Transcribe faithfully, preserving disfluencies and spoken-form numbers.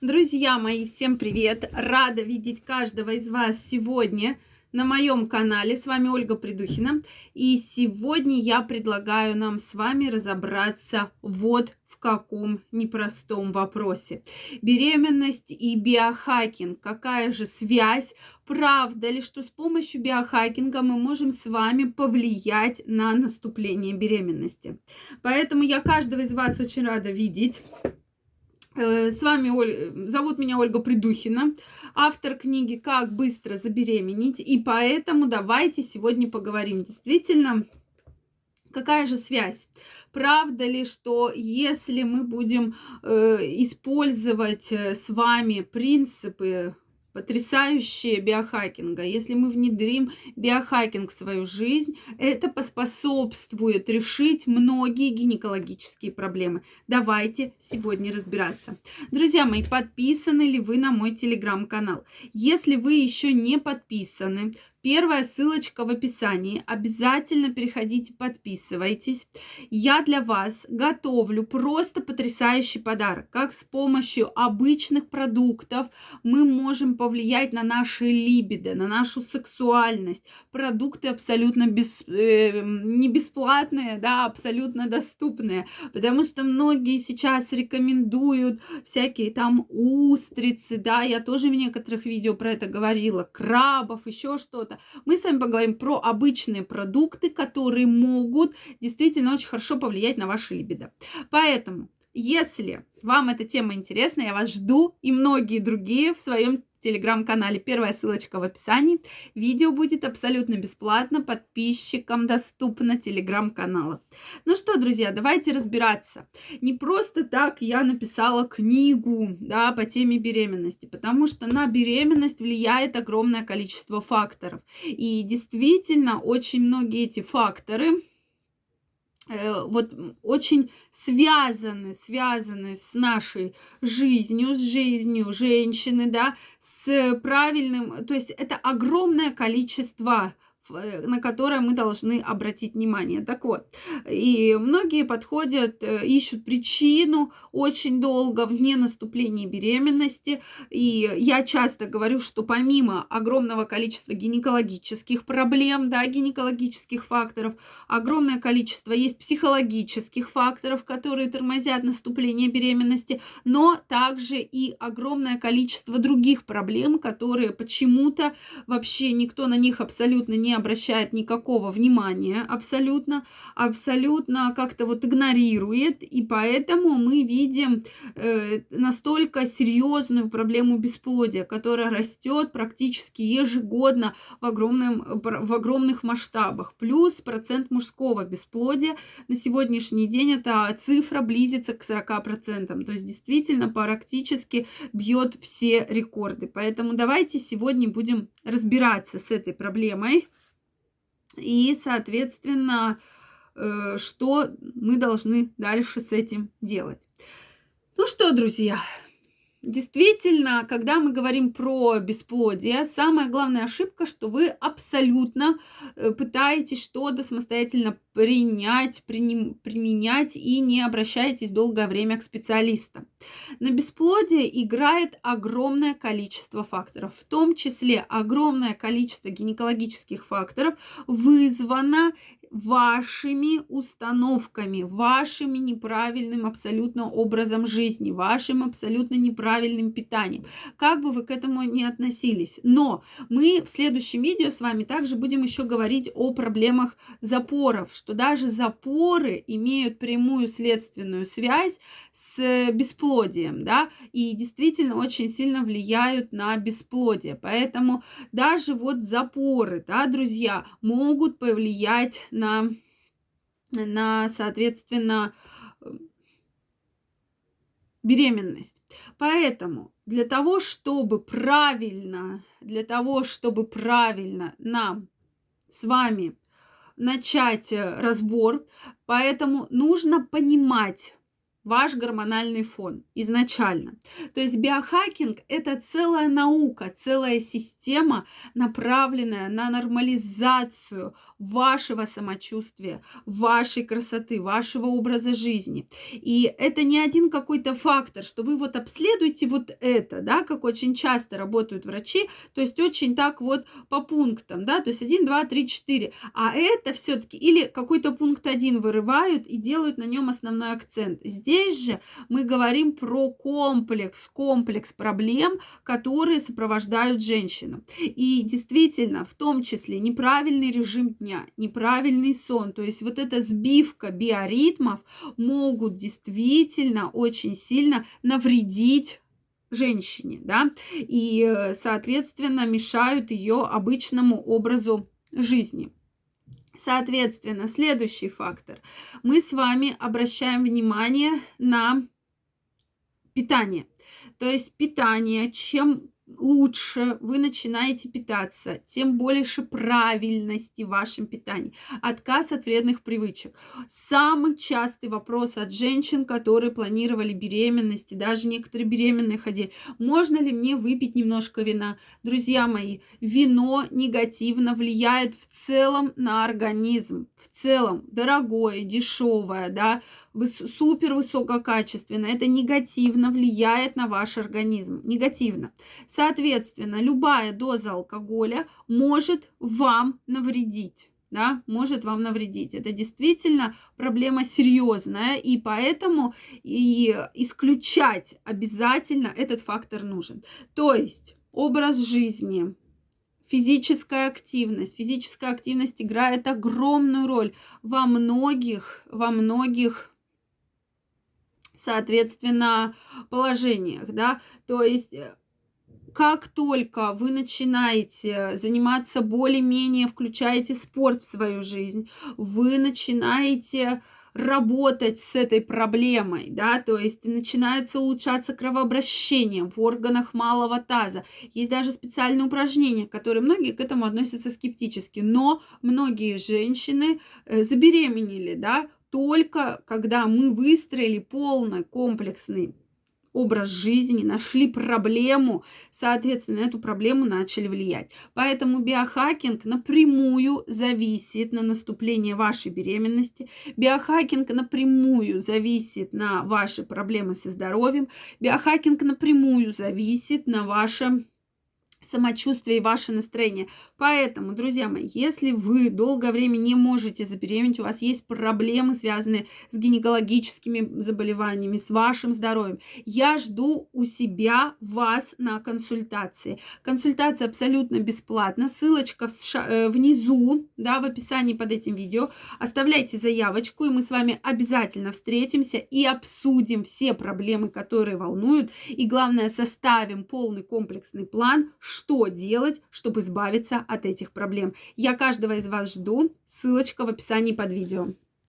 Друзья мои, всем привет! Рада видеть каждого из вас сегодня на моем канале. С вами Ольга Придухина. И сегодня я предлагаю нам с вами разобраться вот в каком непростом вопросе. Беременность и биохакинг. Какая же связь? Правда ли, что с помощью биохакинга мы можем с вами повлиять на наступление беременности? Поэтому я каждого из вас очень рада видеть. С вами Оль... зовут меня Ольга Придухина, автор книги «Как быстро забеременеть». И поэтому давайте сегодня поговорим. Действительно, какая же связь? Правда ли, что если мы будем э, использовать с вами принципы потрясающие биохакинга, если мы внедрим биохакинг в свою жизнь, это поспособствует решить многие гинекологические проблемы. Давайте сегодня разбираться. Друзья мои, подписаны ли вы на мой телеграм-канал? Если вы еще не подписаны, первая ссылочка в описании. Обязательно переходите, подписывайтесь. Я для вас готовлю просто потрясающий подарок. Как с помощью обычных продуктов мы можем повлиять на наше либидо, на нашу сексуальность. Продукты абсолютно без, э, не бесплатные, да, абсолютно доступные. Потому что многие сейчас рекомендуют всякие там устрицы, да, я тоже в некоторых видео про это говорила, крабов, еще что-то. Мы с вами поговорим про обычные продукты, которые могут действительно очень хорошо повлиять на ваше либидо. Поэтому, если вам эта тема интересна, я вас жду и многие другие в своем телеграм-канале. Первая ссылочка в описании. Видео будет абсолютно бесплатно, подписчикам доступно телеграм-канала. Ну что, друзья, давайте разбираться. Не просто так я написала книгу, да, по теме беременности, потому что на беременность влияет огромное количество факторов. И действительно, очень многие эти факторы вот очень связаны, связаны с нашей жизнью, с жизнью женщины, да, с правильным, то есть это огромное количество, на которое мы должны обратить внимание. Так вот, и многие подходят, ищут причину очень долго вне наступления беременности. И я часто говорю, что помимо огромного количества гинекологических проблем, да, гинекологических факторов, огромное количество есть психологических факторов, которые тормозят наступление беременности, но также и огромное количество других проблем, которые почему-то вообще никто на них абсолютно не обращает никакого внимания, абсолютно, абсолютно как-то вот игнорирует, и поэтому мы видим э, настолько серьезную проблему бесплодия, которая растет практически ежегодно в, огромном, в огромных масштабах. Плюс процент мужского бесплодия на сегодняшний день эта цифра близится к сорока процентам, то есть действительно практически бьет все рекорды. Поэтому давайте сегодня будем разбираться с этой проблемой. И, соответственно, что мы должны дальше с этим делать. Ну что, друзья, действительно, когда мы говорим про бесплодие, самая главная ошибка, что вы абсолютно пытаетесь что-то самостоятельно принять, приним, применять и не обращаетесь долгое время к специалистам. На бесплодие играет огромное количество факторов, в том числе огромное количество гинекологических факторов вызвано вашими установками, вашим неправильным абсолютно образом жизни, вашим абсолютно неправильным питанием, как бы вы к этому ни относились. Но мы в следующем видео с вами также будем еще говорить о проблемах запоров, что даже запоры имеют прямую следственную связь с бесплодием, да, и действительно очень сильно влияют на бесплодие. Поэтому даже вот запоры, да, друзья, могут повлиять на, на, соответственно, беременность. Поэтому для того, чтобы правильно, для того, чтобы правильно нам с вами начать разбор, поэтому нужно понимать, ваш гормональный фон изначально. То есть биохакинг – это целая наука, целая система, направленная на нормализацию вашего самочувствия, вашей красоты, вашего образа жизни. И это не один какой-то фактор, что вы вот обследуете вот это, да, как очень часто работают врачи, то есть очень так вот по пунктам, да, то есть один, два, три, четыре. А это все-таки или какой-то пункт один вырывают и делают на нем основной акцент. Здесь же мы говорим про комплекс, комплекс проблем, которые сопровождают женщину. И действительно, в том числе неправильный режим дня, неправильный сон, то есть вот эта сбивка биоритмов могут действительно очень сильно навредить женщине, да, и, соответственно, мешают ее обычному образу жизни. Соответственно, следующий фактор. Мы с вами обращаем внимание на питание. То есть питание, чем лучше вы начинаете питаться, тем больше правильности в вашем питании. Отказ от вредных привычек. Самый частый вопрос от женщин, которые планировали беременность, и даже некоторые беременные ходили. Можно ли мне выпить немножко вина? Друзья мои, вино негативно влияет в целом на организм. В целом, дорогое, дешевое, да, супер высококачественное. Это негативно влияет на ваш организм. Негативно. Соответственно, любая доза алкоголя может вам навредить. Да, может вам навредить. Это действительно проблема серьезная, и поэтому и исключать обязательно этот фактор нужен. То есть образ жизни, физическая активность. Физическая активность играет огромную роль во многих, во многих, соответственно, положениях. Да? То есть как только вы начинаете заниматься более-менее, включаете спорт в свою жизнь, вы начинаете работать с этой проблемой, да, то есть начинается улучшаться кровообращение в органах малого таза. Есть даже специальные упражнения, которые многие к этому относятся скептически, но многие женщины забеременели, да, только когда мы выстроили полный комплексный образ жизни, нашли проблему, соответственно, на эту проблему начали влиять. Поэтому биохакинг напрямую зависит на наступление вашей беременности, биохакинг напрямую зависит на ваши проблемы со здоровьем, биохакинг напрямую зависит на ваше самочувствие и ваше настроение. Поэтому, друзья мои, если вы долгое время не можете забеременеть, у вас есть проблемы, связанные с гинекологическими заболеваниями, с вашим здоровьем, я жду у себя вас на консультации. Консультация абсолютно бесплатна. Ссылочка внизу, да, в описании под этим видео. Оставляйте заявочку, и мы с вами обязательно встретимся и обсудим все проблемы, которые волнуют. И главное, составим полный комплексный план, что делать, чтобы избавиться от этих проблем. Я каждого из вас жду. Ссылочка в описании под видео.